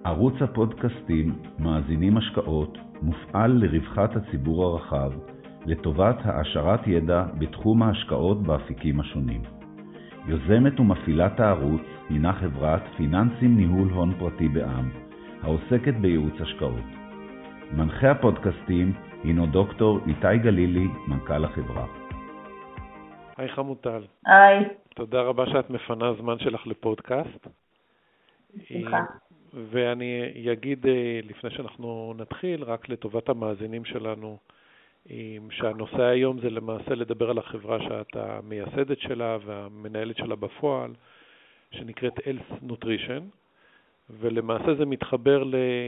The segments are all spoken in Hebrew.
ערוץ הפודקאסטים מאזינים השקעות מופעל לרווחת הציבור הרחב, לטובת העשרת ידע בתחום ההשקעות באפיקים השונים. יוזמת ומפעילת הערוץ הינה חברת פיננסים ניהול הון פרטי בע"מ, העוסקת בייעוץ השקעות. מנחה הפודקאסטים הינו דוקטור איתי גלילי, מנכ"ל החברה. היי חמוטל. היי. תודה רבה שאת מפנה זמן שלך לפודקאסט. בשמחה. ואני אגיד לפני שאנחנו נתחיל, רק לטובת המאזינים שלנו, שהנושא היום זה למעשה לדבר על החברה שאת המייסדת שלה והמנהלת שלה בפועל, שנקראת Else Nutrition, ולמעשה זה מתחבר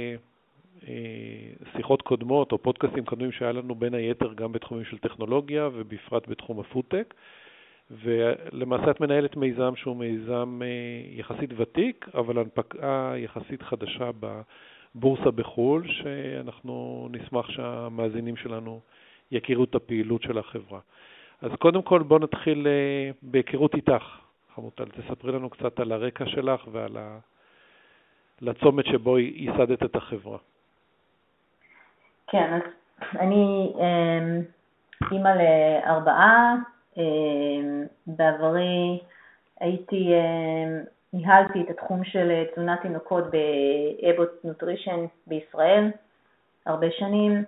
לשיחות קודמות או פודקאסטים קודמים שהיה לנו בין היתר גם בתחומים של טכנולוגיה ובפרט בתחום הפודטק, ולמעשה את מנהלת מיזם שהוא מיזם יחסית ותיק, אבל הנפקה יחסית חדשה בבורסה בחול, שאנחנו נשמח שהמאזינים שלנו יכירו את הפעילות של החברה. אז קודם כל בוא נתחיל בהיכרות איתך, חמוטל. תספרי לנו קצת על הרקע שלך ועל הצומת שבו ייסדת את החברה. כן, אז אני אימא ל4, בעברי ניהלתי את התחום של תזונת תינוקות באבוט נוטרישן בישראל הרבה שנים.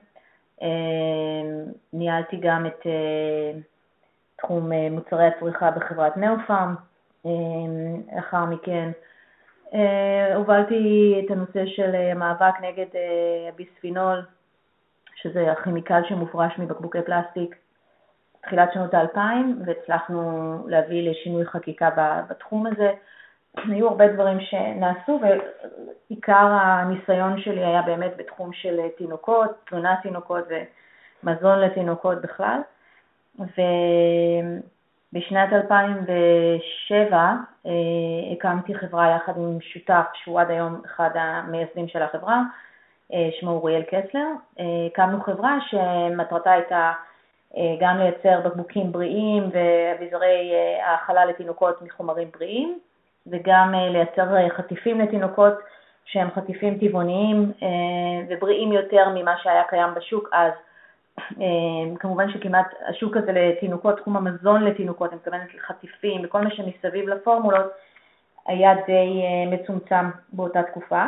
ניהלתי גם את תחום מוצרי הצריכה בחברת נאופארם. לאחר מכן הובלתי את הנושא של המאבק נגד הביספינול, שזה הכימיקל שמופרש מבקבוקי פלסטיק, תחילת שנות ה-2000, והצלחנו להביא לשינוי חקיקה בתחום הזה. היו הרבה דברים שנעשו, ועיקר הניסיון שלי היה באמת בתחום של תינוקות, תזונת תינוקות ומזון לתינוקות בכלל. ובשנת 2007 הקמתי חברה יחד עם שותף, שהוא עד היום אחד המייסדים של החברה, שמו אוריאל קסלר. הקמנו חברה שמטרתה הייתה גם לייצר בקבוקים בריאים ואביזרי האכלה לתינוקות מחומרים בריאים, וגם לייצר חטיפים לתינוקות שהם חטיפים טבעוניים ובריאים יותר ממה שהיה קיים בשוק אז. כמובן שכמעט השוק הזה לתינוקות, תחום המזון לתינוקות, אני מתכוונת לחטיפים וכל מה שמסביב לפורמולות, היה די מצומצם באותה תקופה.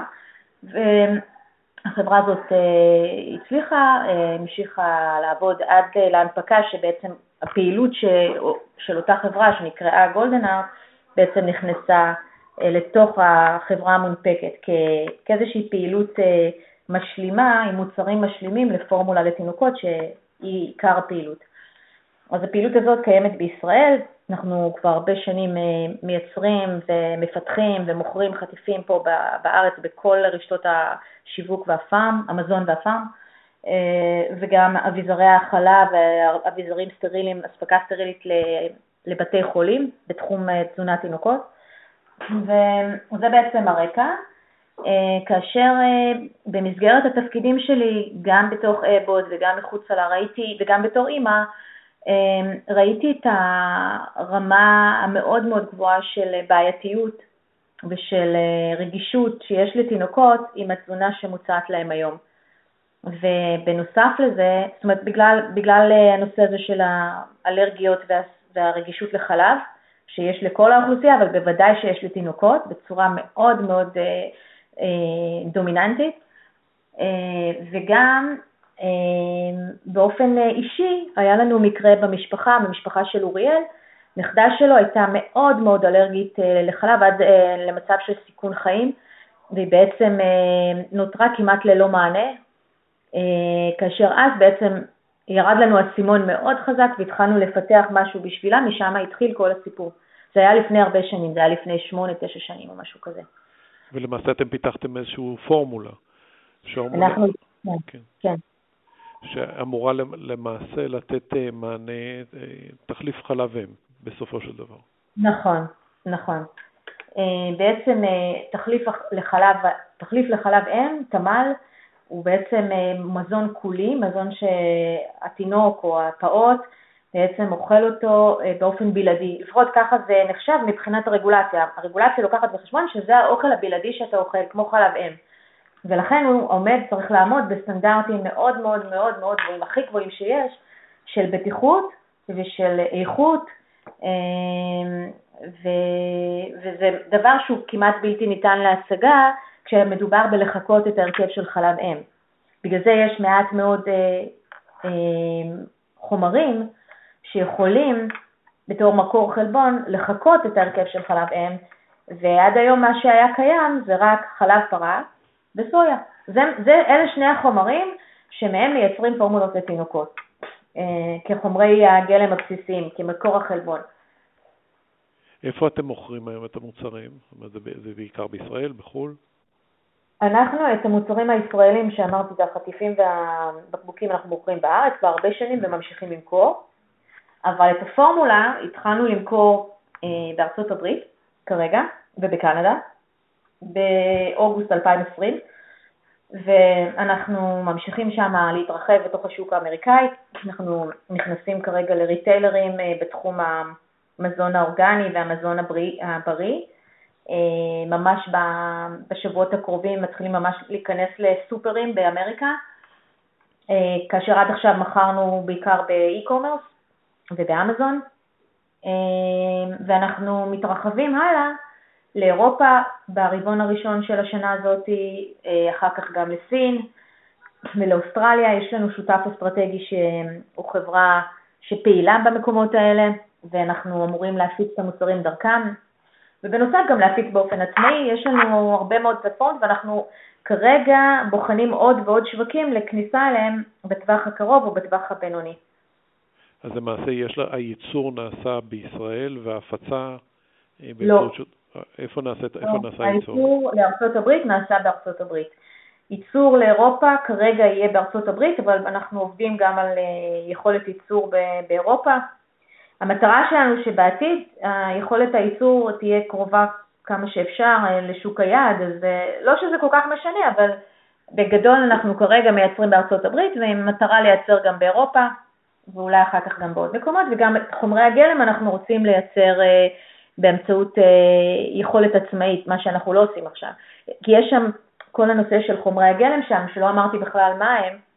החברה הזאת הצליחה, המשיכה לעבוד עד להנפקה, שבעצם הפעילות של אותה חברה שנקראה גולדנארט בעצם נכנסה לתוך החברה המונפקת כאיזושהי פעילות משלימה עם מוצרים משלימים לפורמולה לתינוקות שהיא עיקר הפעילות. אז הפעילות הזאת קיימת בישראל, אנחנו כבר הרבה שנים מייצרים ומפתחים ומוכרים חטיפים פה בארץ בכל רשתות השיווק והפארם, המזון והפארם, וגם אביזרי האכלה ואביזרים סטריליים, אספקה סטרילית לבתי חולים בתחום תזונת תינוקות. וזה בעצם הרקע. כאשר במסגרת התפקידים שלי, גם בתוך אבוט וגם מחוץ לה, וגם בתור אימא, ראיתי את הרמה המאוד מאוד גבוהה של בעייתיות ושל רגישות שיש לתינוקות עם התזונה שמוצעת להם היום. ובנוסף לזה, זאת אומרת, בגלל הנושא הזה של האלרגיות והרגישות לחלב, שיש לכל האוכלוסייה, אבל בוודאי שיש לתינוקות, בצורה מאוד מאוד דומיננטית, וגם באופן אישי, היה לנו מקרה במשפחה של אוריאל, נכדה שלו הייתה מאוד מאוד אלרגית לחלב, עד למצב של סיכון חיים, והיא בעצם נותרה כמעט ללא מענה, כאשר אז בעצם ירד לנו הסימון מאוד חזק, והתחלנו לפתח משהו בשבילה, משם התחיל כל הסיפור. זה היה לפני הרבה שנים, זה היה לפני 8-9 שנים או משהו כזה. ולמעשה אתם פיתחתם איזשהו פורמולה. אנחנו, כן. שאמורה למעשה לתת מענה, תחליף חלב אם, בסופו של דבר. נכון. בעצם תחליף לחלב אם, תמל, הוא בעצם מזון כולי, מזון שהתינוק או הפעוט בעצם אוכל אותו באופן בלעדי. לפחות ככה זה נחשב מבחינת הרגולציה. הרגולציה לוקחת בחשבון שזה האוכל הבלעדי שאתה אוכל, כמו חלב אם. ולכן הוא צריך לעמוד בסטנדרטים מאוד מאוד מאוד מאוד גבוהים, הכי גבוהים שיש, של בטיחות ושל איכות, וזה דבר שהוא כמעט בלתי ניתן להשגה כשמדובר בלחקות את ההרכב של חלב אם. בגלל זה יש מעט מאוד חומרים שיכולים בתור מקור חלבון לחקות את ההרכב של חלב אם, ועד היום מה שהיה קיים זה רק חלב פרה וסויה. אלה שני החומרים שמהם מייצרים פורמולות לתינוקות, כחומרי הגלם הבסיסיים, כמקור החלבון. איפה אתם מוכרים היום את המוצרים? זה בעיקר בישראל, בחול? אנחנו את המוצרים הישראלים שאמרתי, זה החטיפים והבקבוקים, אנחנו מוכרים בארץ כבר הרבה שנים וממשיכים למכור, אבל את הפורמולה התחלנו למכור בארצות הברית כרגע ובקנדה באוגוסט 2020, ואנחנו ממשיכים שם להתרחב בתוך השוק האמריקאי. אנחנו נכנסים כרגע לריטיילרים בתחום המזון האורגני והמזון הבריא. ממש בשבועות הקרובים מתחילים ממש להיכנס לסופרים באמריקה, כאשר עד עכשיו מכרנו בעיקר באי-קומרס ובאמזון, ואנחנו מתרחבים הלאה לאירופה ברבעון הראשון של השנה הזאת, אחר כך גם לסין ולאוסטרליה. יש לנו שותף אסטרטגי שהוא חברה שפעילה במקומות האלה, ואנחנו אמורים להפיץ את המוצרים דרכם, ובנוסף גם להפיץ באופן עצמאי. יש לנו הרבה מאוד פלטפורמות, ואנחנו כרגע בוחנים עוד ועוד שווקים לכניסה אליהם בטווח הקרוב או בטווח הבינוני. אז למעשה הייצור נעשה בישראל וההפצה לא. איפה נעשה הייצור? הייצור לארצות הברית נעשה בארצות הברית. ייצור לאירופה כרגע יהיה בארצות הברית, אבל אנחנו עובדים גם על יכולת ייצור באירופה. המטרה שלנו שבעתיד יכולת הייצור תהיה קרובה כמה שאפשר לשוק היעד, אז לא שזה כל כך משנה, אבל בגדול אנחנו כרגע מייצרים בארצות הברית, ועם מטרה לייצר גם באירופה, ואולי אחר כך גם בעוד מקומות, וגם את חומרי הגלם אנחנו רוצים לייצר באמצעות יכולת עצמאית, מה שאנחנו לא עושים עכשיו. כי יש שם כל הנושא של חומרי הגלם שם, שלא אמרתי בכלל מה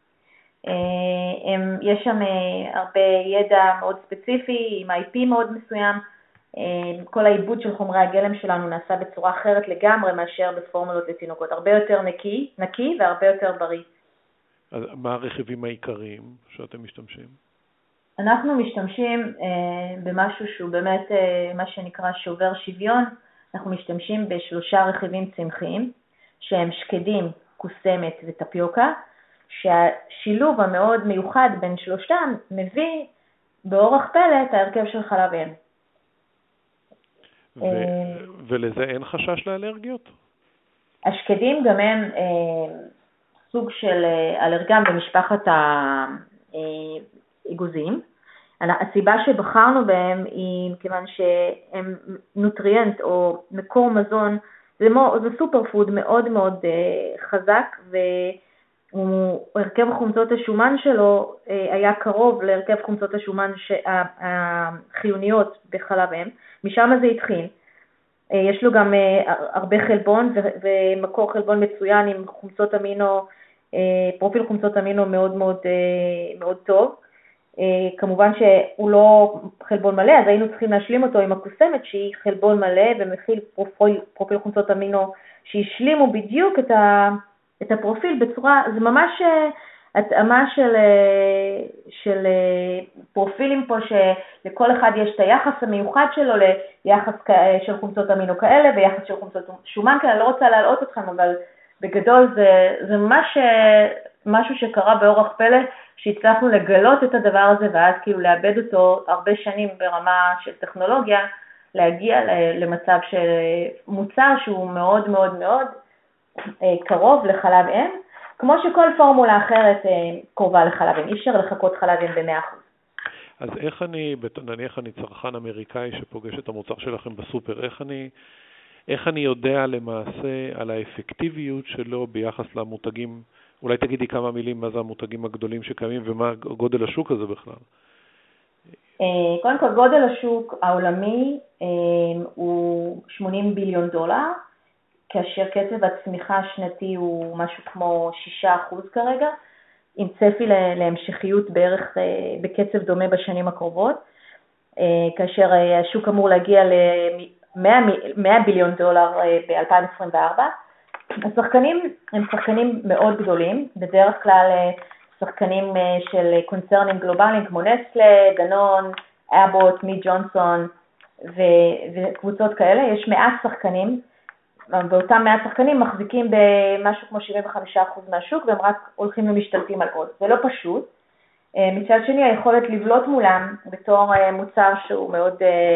הם, יש שם הרבה ידע מאוד ספציפי, עם IP מאוד מסוים. כל העיבוד של חומרי הגלם שלנו נעשה בצורה אחרת לגמרי מאשר בפורמולות לתינוקות, הרבה יותר נקי והרבה יותר בריא. אז מה הרכיבים העיקריים שאתם משתמשים? אנחנו משתמשים במשהו שהוא באמת מה שנקרא שובר שוויון. אנחנו משתמשים בשלושה רכיבים צמחיים, שהם שקדים, קוסמת וטפיוקה, שהשילוב המאוד מיוחד בין שלושתם מביא באורח פלא את ההרכב של חלב אם. ולזה אין חשש לאלרגיות? השקדים גם הם סוג של אלרגן במשפחת האגוזים. הסיבה שבחרנו בהם היא כיוון שהם נוטריאנט או מקור מזון, זה סופר פוד מאוד מאוד חזק, והרכב חומצות השומן שלו היה קרוב להרכב חומצות השומן החיוניות בחלב אם, משם זה התחיל. יש לו גם הרבה חלבון ומקור חלבון מצוין עם חומצות אמינו, פרופיל חומצות אמינו מאוד מאוד מאוד טוב. כמובן שהוא לא חלבון מלא, אז היינו צריכים להשלים אותו עם הקוסמת שהיא חלבון מלא ומכיל פרופיל חומצות אמינו שהשלימו בדיוק את הפרופיל בצורה, זה ממש התאמה של פרופילים פה, שלכל אחד יש את היחס המיוחד שלו ליחס של חומצות אמינו כאלה ויחס של חומצות שומן כאלה. לא רוצה להלאות אתכם, אבל בגדול זה ממש משהו שקרה באורח פלא, שהצלחנו לגלות את הדבר הזה ואז כאילו לאבד אותו הרבה שנים ברמה של טכנולוגיה, להגיע למצב של מוצר שהוא מאוד מאוד מאוד קרוב לחלב אם, כמו שכל פורמולה אחרת קרובה לחלב אם. אי אפשר לחכות חלב אם ב100%. אז איך נניח אני צרכן אמריקאי שפוגש את המוצר שלכם בסופר, איך אני יודע למעשה על האפקטיביות שלו ביחס למותגים? אולי תגידי כמה מילים מה זה המותגים הגדולים שקיימים ומה גודל השוק הזה בכלל. קודם כל, גודל השוק העולמי הוא $80 ביליון, כאשר קצב הצמיחה השנתי הוא משהו כמו 6% כרגע, עם צפי להמשכיות בערך בקצב דומה בשנים הקרובות, כאשר השוק אמור להגיע ל$100 ביליון ב-2024. השחקנים הם שחקנים מאוד גדולים, בדרך כלל שחקנים של קונצרנים גלובליים כמו נסטלה, דנון, אבוט, מי ג'ונסון וקבוצות כאלה. יש 100 שחקנים, ואותם 100 שחקנים מחזיקים במשהו כמו 75% מהשוק, והם רק הולכים ומשתלטים על עוד. זה לא פשוט. מצד שני, היכולת לבלוט מולם בתור מוצר שהוא מאוד,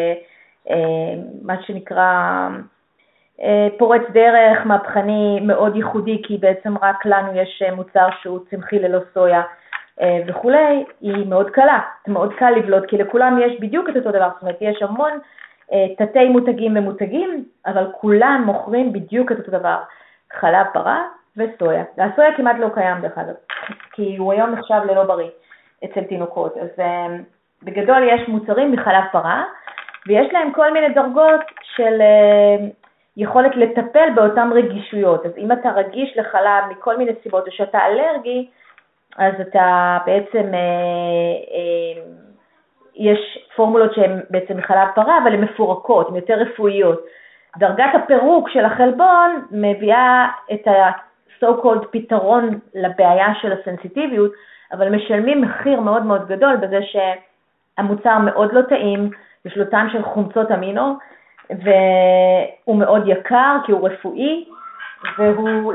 מה שנקרא, פורץ דרך, מהפכני, מאוד ייחודי, כי בעצם רק לנו יש מוצר שהוא צמחי ללא סויה וכולי, היא מאוד קלה. זה מאוד קל לבלוט, כי לכולם יש בדיוק את אותו דבר. זאת אומרת, יש המון תתי מותגים ומותגים, אבל כולם מוכרים בדיוק את אותו דבר. חלב פרה וסויה. הסויה כמעט לא קיים דרך אגב, כי הוא היום נחשב ללא בריא אצל תינוקות. אז בגדול יש מוצרים מחלב פרה, ויש להם כל מיני דרגות של יכולת לטפל באותן רגישויות. אז אם אתה רגיש לחלב מכל מיני סיבות, או שאתה אלרגי, אז אתה בעצם, יש פורמולות שהן בעצם מחלב פרה, אבל הן מפורקות, הן יותר רפואיות. דרגת הפירוק של החלבון מביאה את ה-so called פתרון לבעיה של הסנסיטיביות, אבל משלמים מחיר מאוד מאוד גדול בזה שהמוצר מאוד לא טעים, יש לו טעם של חומצות אמינו, והוא מאוד יקר כי הוא רפואי, והוא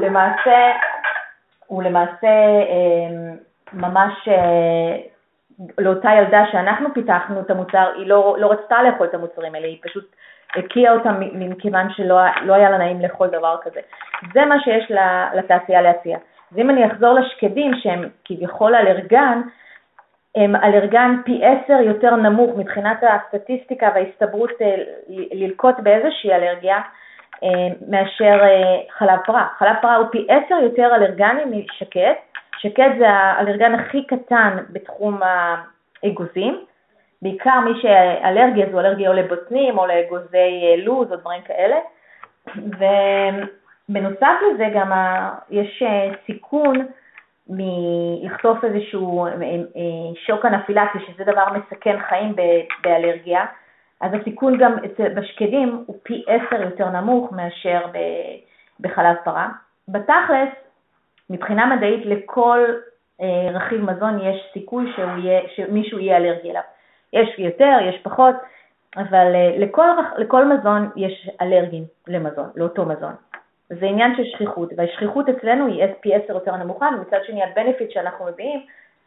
למעשה ממש לאותה ילדה שאנחנו פיתחנו את המוצר, היא לא רצתה לאכול את המוצרים האלה, היא פשוט הקיאה אותם מכיוון שלא היה לה נעים לאכול דבר כזה. זה מה שיש לתעשייה להציע. אז אם אני אחזור לשקדים שהם כביכול אלרגן, הם אלרגן פי 10 יותר נמוך מבחינת הסטטיסטיקה וההסתברות ללקוט באיזושהי אלרגיה מאשר חלב פרה. חלב פרה הוא פי 10 יותר אלרגני משקד. שקד זה האלרגן הכי קטן בתחום האגוזים. בעיקר מי שאלרגיה זו אלרגיה או לבוטנים או לאגוזי לוז או דברים כאלה. ובנוסף לזה גם יש סיכון מלחטוף איזשהו שוק אנפילקטי, שזה דבר מסכן חיים באלרגיה, אז הסיכון גם בשקדים הוא פי 10 יותר נמוך מאשר בחלב פרה. בתכלס, מבחינה מדעית, לכל רכיב מזון יש סיכוי שמישהו יהיה אלרגי אליו. יש יותר, יש פחות, אבל לכל מזון יש אלרגים למזון, לאותו מזון. זה עניין של שכיחות, והשכיחות אצלנו היא פי 10 יותר נמוכה, ומצד שני הבנפיט שאנחנו מביאים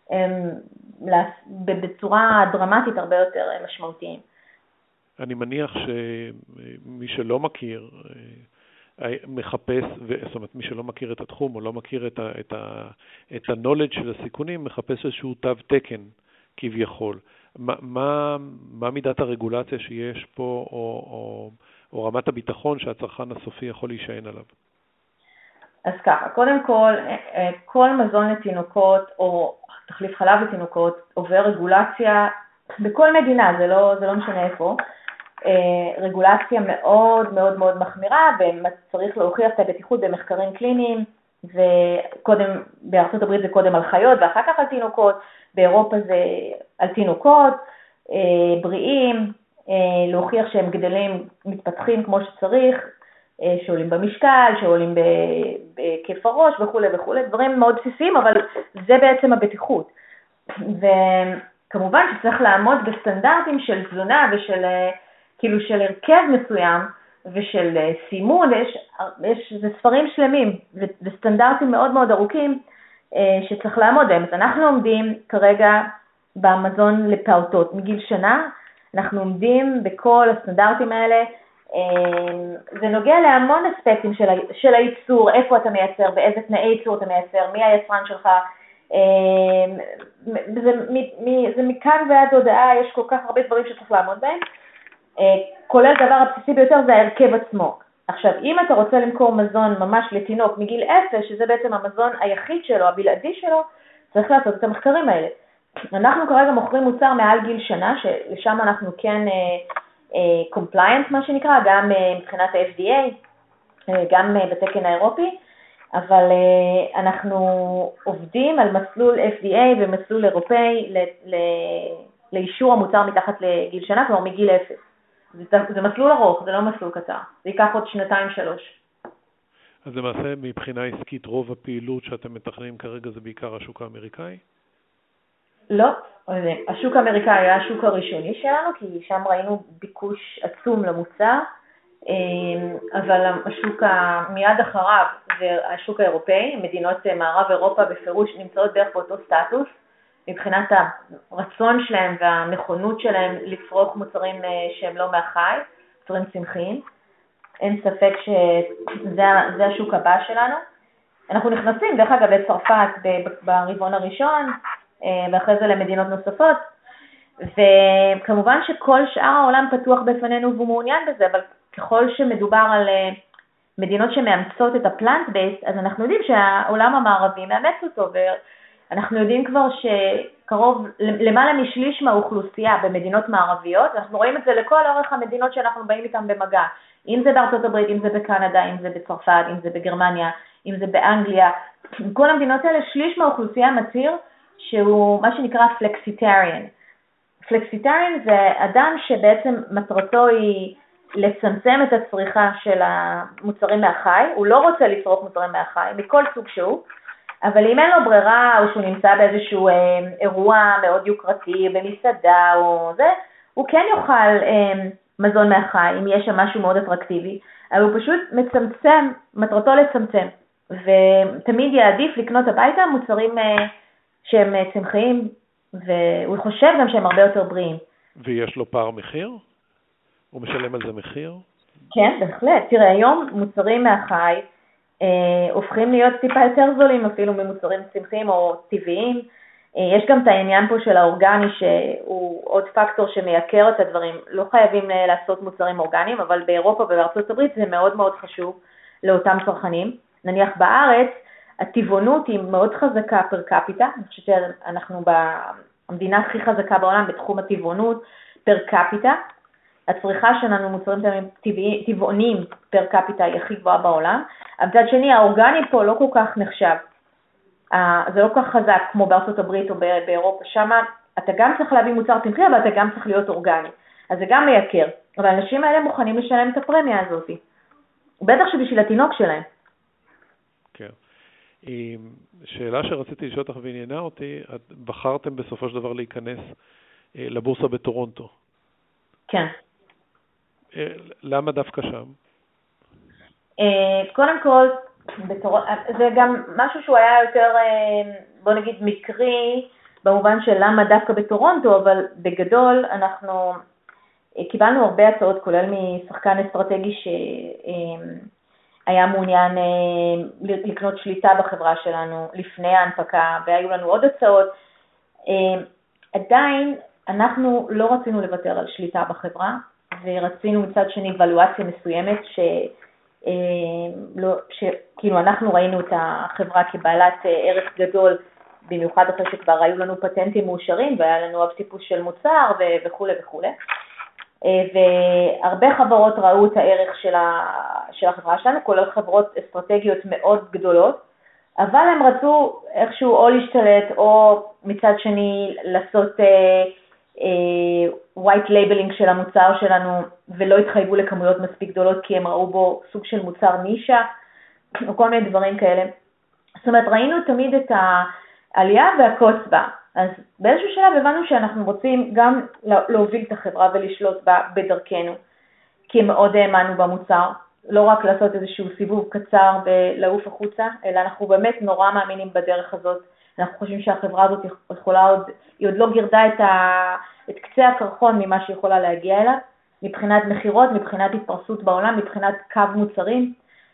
בצורה דרמטית הרבה יותר משמעותיים. אני מניח שמי שלא מכיר, מחפש, זאת אומרת, מי שלא מכיר את התחום או לא מכיר את ה-knowledge של הסיכונים, מחפש איזשהו תו תקן כביכול. מה מידת הרגולציה שיש פה, או רמת הביטחון שהצרכן הסופי יכול להישען עליו? אז ככה, קודם כל מזון לתינוקות או תחליף חלב לתינוקות עובר רגולציה בכל מדינה, זה לא משנה איפה, רגולציה מאוד מאוד מאוד מחמירה, וצריך להוכיח את הבטיחות במחקרים קליניים, וקודם, בארצות הברית זה קודם על חיות ואחר כך על תינוקות, באירופה זה על תינוקות בריאים, להוכיח שהם גדלים, מתפתחים כמו שצריך, שעולים במשקל, שעולים בכיף הראש וכו' וכו', דברים מאוד בסיסיים, אבל זה בעצם הבטיחות. וכמובן שצריך לעמוד בסטנדרטים של תזונה ושל כאילו של הרכב מסוים ושל סימון, זה ספרים שלמים וסטנדרטים מאוד מאוד ארוכים שצריך לעמוד בהם. אז אנחנו עומדים כרגע במזון לפעוטות מגיל שנה, אנחנו עומדים בכל הסטנדרטים האלה. זה נוגע להמון אספקטים של הייצור, איפה אתה מייצר, באיזה תנאי ייצור אתה מייצר, מי היצרן שלך, זה מכאן ועד הודעה, יש כל כך הרבה דברים שצריך לעמוד בהם, כולל דבר הבסיסי ביותר זה ההרכב עצמו. עכשיו, אם אתה רוצה למכור מזון ממש לתינוק מגיל 0, שזה בעצם המזון היחיד שלו, הבלעדי שלו, צריך לעשות את המחקרים האלה. אנחנו כרגע מוכרים מוצר מעל גיל שנה, שלשם אנחנו כן compliant, מה שנקרא, גם מבחינת ה-FDA, גם בתקן האירופי, אבל אנחנו עובדים על מסלול FDA ומסלול אירופאי לאישור המוצר מתחת לגיל שנה, כלומר מגיל 0. זה מסלול ארוך, זה לא מסלול קצר, זה ייקח עוד 2-3. אז למעשה מבחינה עסקית רוב הפעילות שאתם מתכננים כרגע זה בעיקר השוק האמריקאי? לא, השוק האמריקאי היה השוק הראשוני שלנו, כי שם ראינו ביקוש עצום למוצר, אבל השוק מיד אחריו זה השוק האירופאי, מדינות מערב אירופה בפירוש נמצאות בערך באותו סטטוס, מבחינת הרצון שלהם והנכונות שלהם לפרוק מוצרים שהם לא מהחי, מוצרים צמחיים. אין ספק שזה השוק הבא שלנו. אנחנו נכנסים, דרך אגב, לצרפת ברבעון הראשון, ואחרי זה למדינות נוספות, וכמובן שכל שאר העולם פתוח בפנינו והוא מעוניין בזה, אבל ככל שמדובר על מדינות שמאמצות את הפלנט בייס, אז אנחנו יודעים שהעולם המערבי מאמץ אותו, ואנחנו יודעים כבר שקרוב למעלה משליש מהאוכלוסייה במדינות מערביות, אנחנו רואים את זה לכל אורך המדינות שאנחנו באים איתן במגע, אם זה בארצות הברית, אם זה בקנדה, אם זה בצרפת, אם זה בגרמניה, אם זה באנגליה, כל המדינות האלה, שליש מהאוכלוסייה מצהיר שהוא מה שנקרא פלקסיטריאן. פלקסיטריאן זה אדם שבעצם מטרתו היא לצמצם את הצריכה של המוצרים מהחי, הוא לא רוצה לצרוך מוצרים מהחי, מכל סוג שהוא, אבל אם אין לו ברירה או שהוא נמצא באיזשהו אירוע מאוד יוקרתי, במסעדה או זה, הוא כן יאכל מזון מהחי, אם יש שם משהו מאוד אטרקטיבי, אבל הוא פשוט מצמצם, מטרתו לצמצם, ותמיד יעדיף לקנות הביתה מוצרים שהם צמחיים, והוא חושב גם שהם הרבה יותר בריאים. ויש לו פער מחיר? הוא משלם על זה מחיר? כן, בהחלט. תראה, היום מוצרים מהחי הופכים להיות טיפה יותר זולים אפילו ממוצרים צמחיים או טבעיים. יש גם את העניין פה של האורגני שהוא עוד פקטור שמייקר את הדברים. לא חייבים לעשות מוצרים אורגניים, אבל באירופה ובארצות הברית זה מאוד מאוד חשוב לאותם צרכנים. נניח בארץ, הטבעונות היא מאוד חזקה פר קפיטה. אני חושבת שאנחנו במדינה הכי חזקה בעולם בתחום הטבעונות פר קפיטה. הצריכה שלנו מוצרים טבעוניים פר קפיטה היא הכי גבוהה בעולם. מצד שני, האורגני פה לא כל כך נחשב. זה לא כל כך חזק כמו בארצות הברית או באירופה. שם אתה גם צריך להביא מוצר צמחי, אבל אתה גם צריך להיות אורגני. אז זה גם מייקר. אבל האנשים האלה מוכנים לשלם את הפרמיה הזאת. בטח שבשביל התינוק שלהם. כן. שאלה שרציתי לשאול אותך ועניינה אותי, את בחרתם בסופו של דבר להיכנס לבורסה בטורונטו. כן. למה דווקא שם? קודם כל, זה גם משהו שהוא היה יותר, בוא נגיד, מקרי, במובן של למה דווקא בטורונטו, אבל בגדול אנחנו קיבלנו הרבה הצעות, כולל משחקן אסטרטגי שהיה מעוניין לקנות שליטה בחברה שלנו לפני ההנפקה, והיו לנו עוד הצעות. עדיין אנחנו לא רצינו לוותר על שליטה בחברה, ורצינו מצד שני ולואציה מסוימת שכאילו אנחנו ראינו את החברה כבעלת ערך גדול, במיוחד אחרי שכבר היו לנו פטנטים מאושרים והיה לנו טיפוס של מוצר וכו' וכו'. והרבה חברות ראו את הערך של החברה שלנו, כולל חברות אסטרטגיות מאוד גדולות, אבל הם רצו איכשהו או להשתלט או מצד שני לעשות white labeling של המוצר שלנו ולא התחייבו לכמויות מספיק גדולות כי הם ראו בו סוג של מוצר נישה או כל מיני דברים כאלה. זאת אומרת, ראינו תמיד את העלייה והקוץ בה. אז באיזשהו שלב הבנו שאנחנו רוצים גם להוביל את החברה ולשלוט בה בדרכנו, כי מאוד האמנו במוצר, לא רק לעשות איזשהו סיבוב קצר ולעוף החוצה, אלא אנחנו באמת נורא מאמינים בדרך הזאת. אנחנו חושבים שהחברה הזאת היא עוד לא גירדה את קצה הקרחון ממה שיכולה להגיע אליו, מבחינת מחירות, מבחינת התפרסות בעולם, מבחינת קו מוצרים.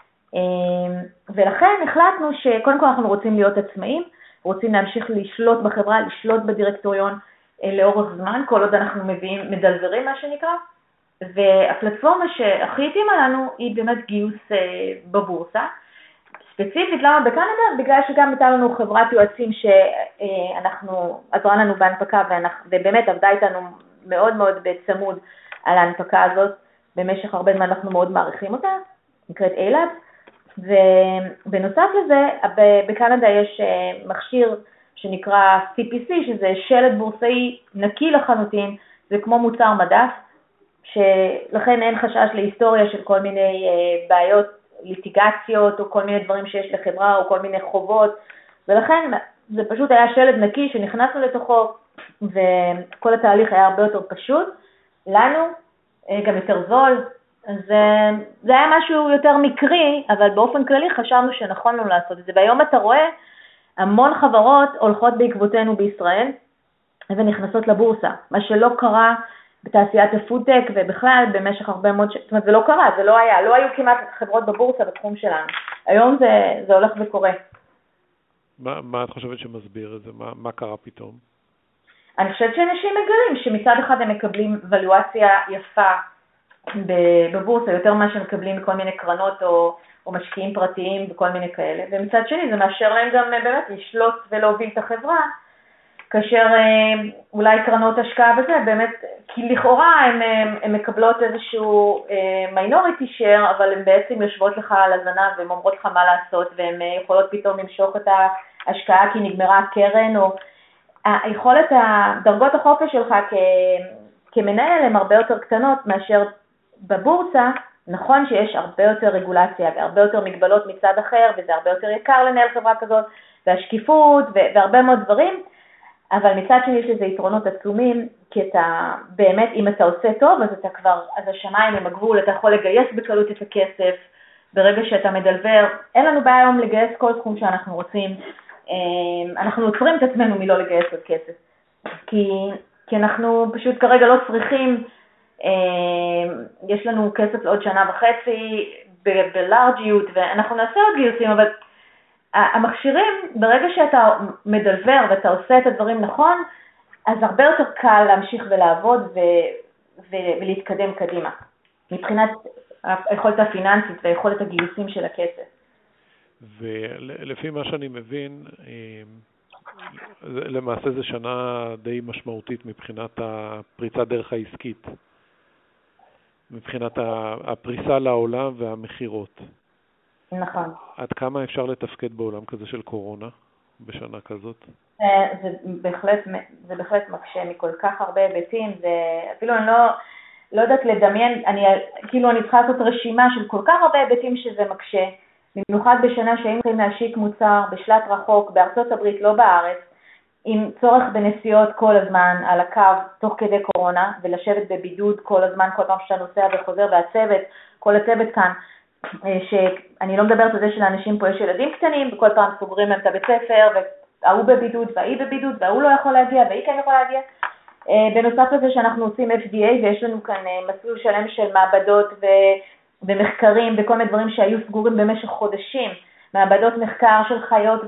ולכן החלטנו שקודם כל אנחנו רוצים להיות עצמאים, רוצים להמשיך לשלוט בחברה, לשלוט בדירקטוריון לאורך זמן, כל עוד אנחנו מדלזרים מה שנקרא, והפלטפורמה שהכי התאימה לנו היא באמת גיוס בבורסה. ספציפית למה בקנדה? בגלל שגם הייתה לנו חברת יועצים שעזרה לנו בהנפקה ובאמת עבדה איתנו מאוד מאוד בצמוד על ההנפקה הזאת, במשך הרבה זמן אנחנו מאוד מעריכים אותה, נקראת אילאב, ובנוסף לזה, בקנדה יש מכשיר שנקרא CPC, שזה שלט בורסאי נקי לחלוטין, זה כמו מוצר מדף, שלכן אין חשש להיסטוריה של כל מיני בעיות, ליטיגציות, או כל מיני דברים שיש לחברה, או כל מיני חובות, ולכן זה פשוט היה שלט נקי שנכנסנו לתוכו, וכל התהליך היה הרבה יותר פשוט. לנו, גם יותר זול, אז זה היה משהו יותר מקרי, אבל באופן כללי חשבנו שנכון לנו לעשות את זה. והיום אתה רואה המון חברות הולכות בעקבותינו בישראל, ונכנסות לבורסה, מה שלא קרה בתעשיית הפודטק, ובכלל במשך הרבה מאוד, זאת אומרת זה לא קרה, זה לא היה, לא היו כמעט חברות בבורסה בתחום שלנו. היום זה הולך וקורה. מה את חושבת שמסביר את זה? מה קרה פתאום? אני חושבת שאנשים מגלים שמצד אחד הם מקבלים ולואציה יפה בבורסה, יותר מה שהם מקבלים מכל מיני קרנות או משקיעים פרטיים וכל מיני כאלה, ומצד שני זה מאשר להם גם באמת לשלוט ולהוביל את החברה, כאשר אולי קרנות השקעה וזה, באמת, כי לכאורה הן מקבלות איזשהו מיינוריטי שייר, אבל הן בעצם יושבות לך על הזנב והן אומרות לך מה לעשות, והן יכולות פתאום למשוך את ההשקעה כי נגמרה הקרן, או היכולת, דרגות החופש שלך כמנהל הן הרבה יותר קטנות מאשר בבורסה. נכון שיש הרבה יותר רגולציה והרבה יותר מגבלות מצד אחר, וזה הרבה יותר יקר לנהל חברה כזאת, והשקיפות והרבה מאוד דברים, אבל מצד שני יש לזה יתרונות עצומים, כי אתה באמת, אם אתה עושה טוב, אז השמיים הם הגבול, אתה יכול לגייס בקלות את הכסף, ברגע שאתה מדלבר, אין לנו בעיה היום לגייס כל סכום שאנחנו רוצים, אנחנו עוצרים את עצמנו מלא לגייס עוד כסף, כי אנחנו פשוט כרגע לא צריכים, יש לנו כסף לעוד שנה וחצי בלארג'יות, ואנחנו נעשה עוד גיוסים, אבל המכשירים, ברגע שאתה מדלבר ואתה עושה את הדברים נכון, אז הרבה יותר קל להמשיך ולעבוד ולהתקדם קדימה, מבחינת היכולת הפיננסית והיכולת הגיוסים של הכסף. ולפי מה שאני מבין, למעשה זו שנה די משמעותית מבחינת הפריצה דרך העסקית, מבחינת הפריסה לעולם והמחירות. נכון. עד כמה אפשר לתפקד בעולם כזה של קורונה בשנה כזאת? זה בהחלט מקשה מכל כך הרבה היבטים, אפילו אני לא יודעת לדמיין, אני צריכה לעשות רשימה של כל כך הרבה היבטים שזה מקשה, במיוחד בשנה שהיינו צריכים להשיק מוצר בשלט רחוק בארצות הברית, לא בארץ, עם צורך בנסיעות כל הזמן על הקו תוך כדי קורונה, ולשבת בבידוד כל הזמן, כל פעם שאתה נוסע וחוזר, והצוות, כל הצוות כאן, שאני לא מדברת על זה שלאנשים פה יש ילדים קטנים, וכל פעם סוגרים להם את הבית ספר, והוא בבידוד, והיא בבידוד, והוא לא יכול להגיע, והיא כן יכול להגיע. בנוסף לזה שאנחנו עושים FDA, ויש לנו כאן מסלול שלם של מעבדות ומחקרים, וכל מיני דברים שהיו סגורים במשך חודשים, מעבדות מחקר של חיות,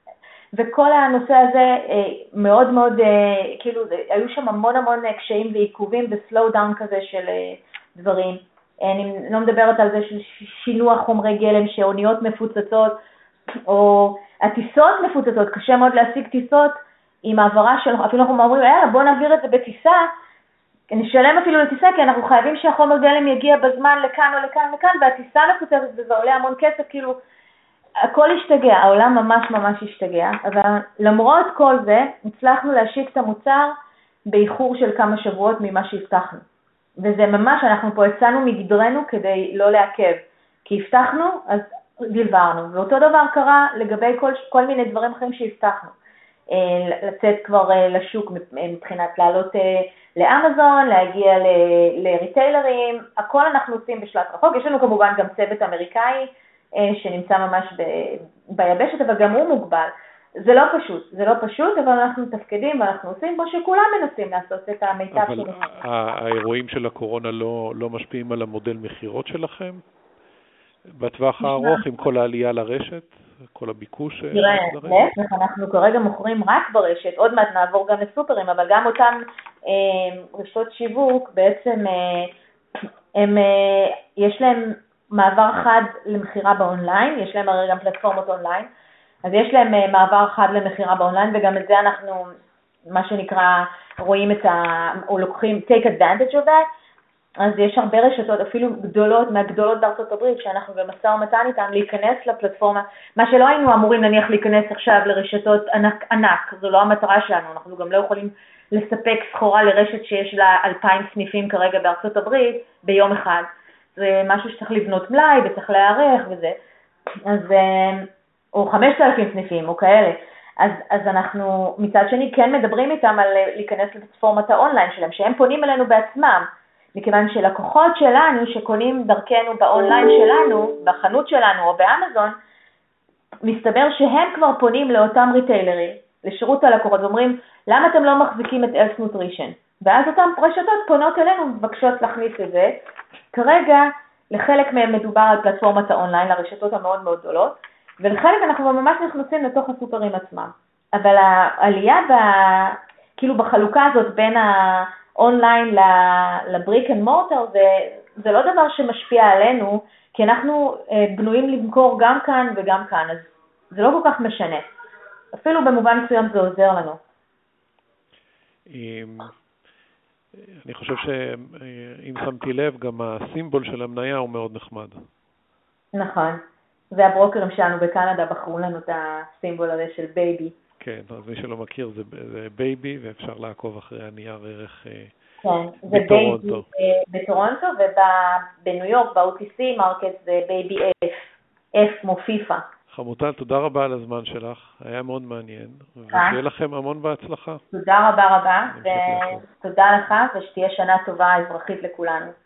וכל הנושא הזה מאוד מאוד, כאילו, היו שם המון קשיים ועיכובים וסלואו דאון כזה של דברים. אני לא מדברת על זה של שינוע חומרי גלם, שאוניות מפוצצות, או הטיסות מפוצצות, קשה מאוד להשיג טיסות עם העברה של, אפילו אנחנו אומרים, בוא נעביר את זה בטיסה, נשלם אפילו לטיסה, כי אנחנו חייבים שהחומר גלם יגיע בזמן לכאן או לכאן וכאן, והטיסה מפוצצת וזה עולה המון כסף, כאילו, הכל השתגע, העולם ממש השתגע, אבל למרות כל זה, הצלחנו להשיק את המוצר באיחור של כמה שבועות ממה שהבטחנו. וזה ממש, אנחנו פה הצענו מגדרנו כדי לא לעכב, כי הבטחנו, אז דלברנו. ואותו דבר קרה לגבי כל מיני דברים אחרים שהבטחנו. לצאת כבר לשוק מבחינת לעלות לאמזון, להגיע לריטיילרים, הכל אנחנו עושים בשלט רחוק. יש לנו כמובן גם צוות אמריקאי שנמצא ממש ביבשת, אבל גם הוא מוגבל. זה לא פשוט, אבל אנחנו מתפקדים ואנחנו עושים בו שכולם מנסים לעשות את המיטב שלנו. אבל האירועים של הקורונה לא משפיעים על המודל מחירות שלכם? בטווח הארוך עם כל העלייה לרשת, כל הביקוש? תראה, אנחנו כרגע מוכרים רק ברשת, עוד מעט נעבור גם לסופרים, אבל גם אותם רשתות שיווק, בעצם יש להם מעבר חד למחירה באונליין, יש להם הרי גם פלטפורמות אונליין, אז יש להם מעבר חד למחירה באונליין, וגם את זה אנחנו, מה שנקרא, רואים או לוקחים, take advantage of that, אז יש הרבה רשתות, אפילו גדולות, מהגדולות בארצות הברית, שאנחנו במשא ומתן איתן להיכנס לפלטפורמה, מה שלא היינו אמורים נניח להיכנס עכשיו לרשתות ענק, זו לא המטרה שלנו, אנחנו גם לא יכולים לספק סחורה לרשת שיש לה 2,000 סניפים כרגע בארצות הברית ביום אחד. זה משהו שצריך לבנות מלאי וצריך להיערך וזה, אז, או 5,000 סניפים או כאלה. אז אנחנו מצד שני כן מדברים איתם על להיכנס לפלטפורמת האונליין שלהם, שהם פונים אלינו בעצמם, מכיוון שלקוחות שלנו שקונים דרכנו באונליין שלנו, בחנות שלנו או באמזון, מסתבר שהם כבר פונים לאותם ריטיילרים, לשירות הלקוחות, ואומרים, למה אתם לא מחזיקים את אלף נוטרישן? ואז אותם רשתות פונות אלינו, מבקשות להכניס את זה. כרגע, לחלק מהם מדובר על פלטפורמת האונליין, לרשתות המאוד מאוד גדולות, ולחלק אנחנו ממש נכנסים לתוך הסופרים עצמם. אבל העלייה כאילו בחלוקה הזאת בין האונליין לבריק אנד מורטר, זה לא דבר שמשפיע עלינו, כי אנחנו בנויים למכור גם כאן וגם כאן, אז זה לא כל כך משנה. אפילו במובן מסוים זה עוזר לנו. אני חושב שאם שמתי לב, גם הסימבול של המניה הוא מאוד נחמד. נכון. והברוקרים שלנו בקנדה בחרו לנו את הסימבול הזה של בייבי. כן, אז מי שלא מכיר זה בייבי, ואפשר לעקוב אחרי הנייר ערך כן, זה בייבי בטורונטו, ובניו יורק, ב-OTC מרקט זה בייבי F כמו פיפה. חמוטל, תודה רבה על הזמן שלך, היה מאוד מעניין, ושיהיה לכם המון בהצלחה. תודה רבה, ותודה לך, ושתהיה שנה טובה אזרחית לכולנו.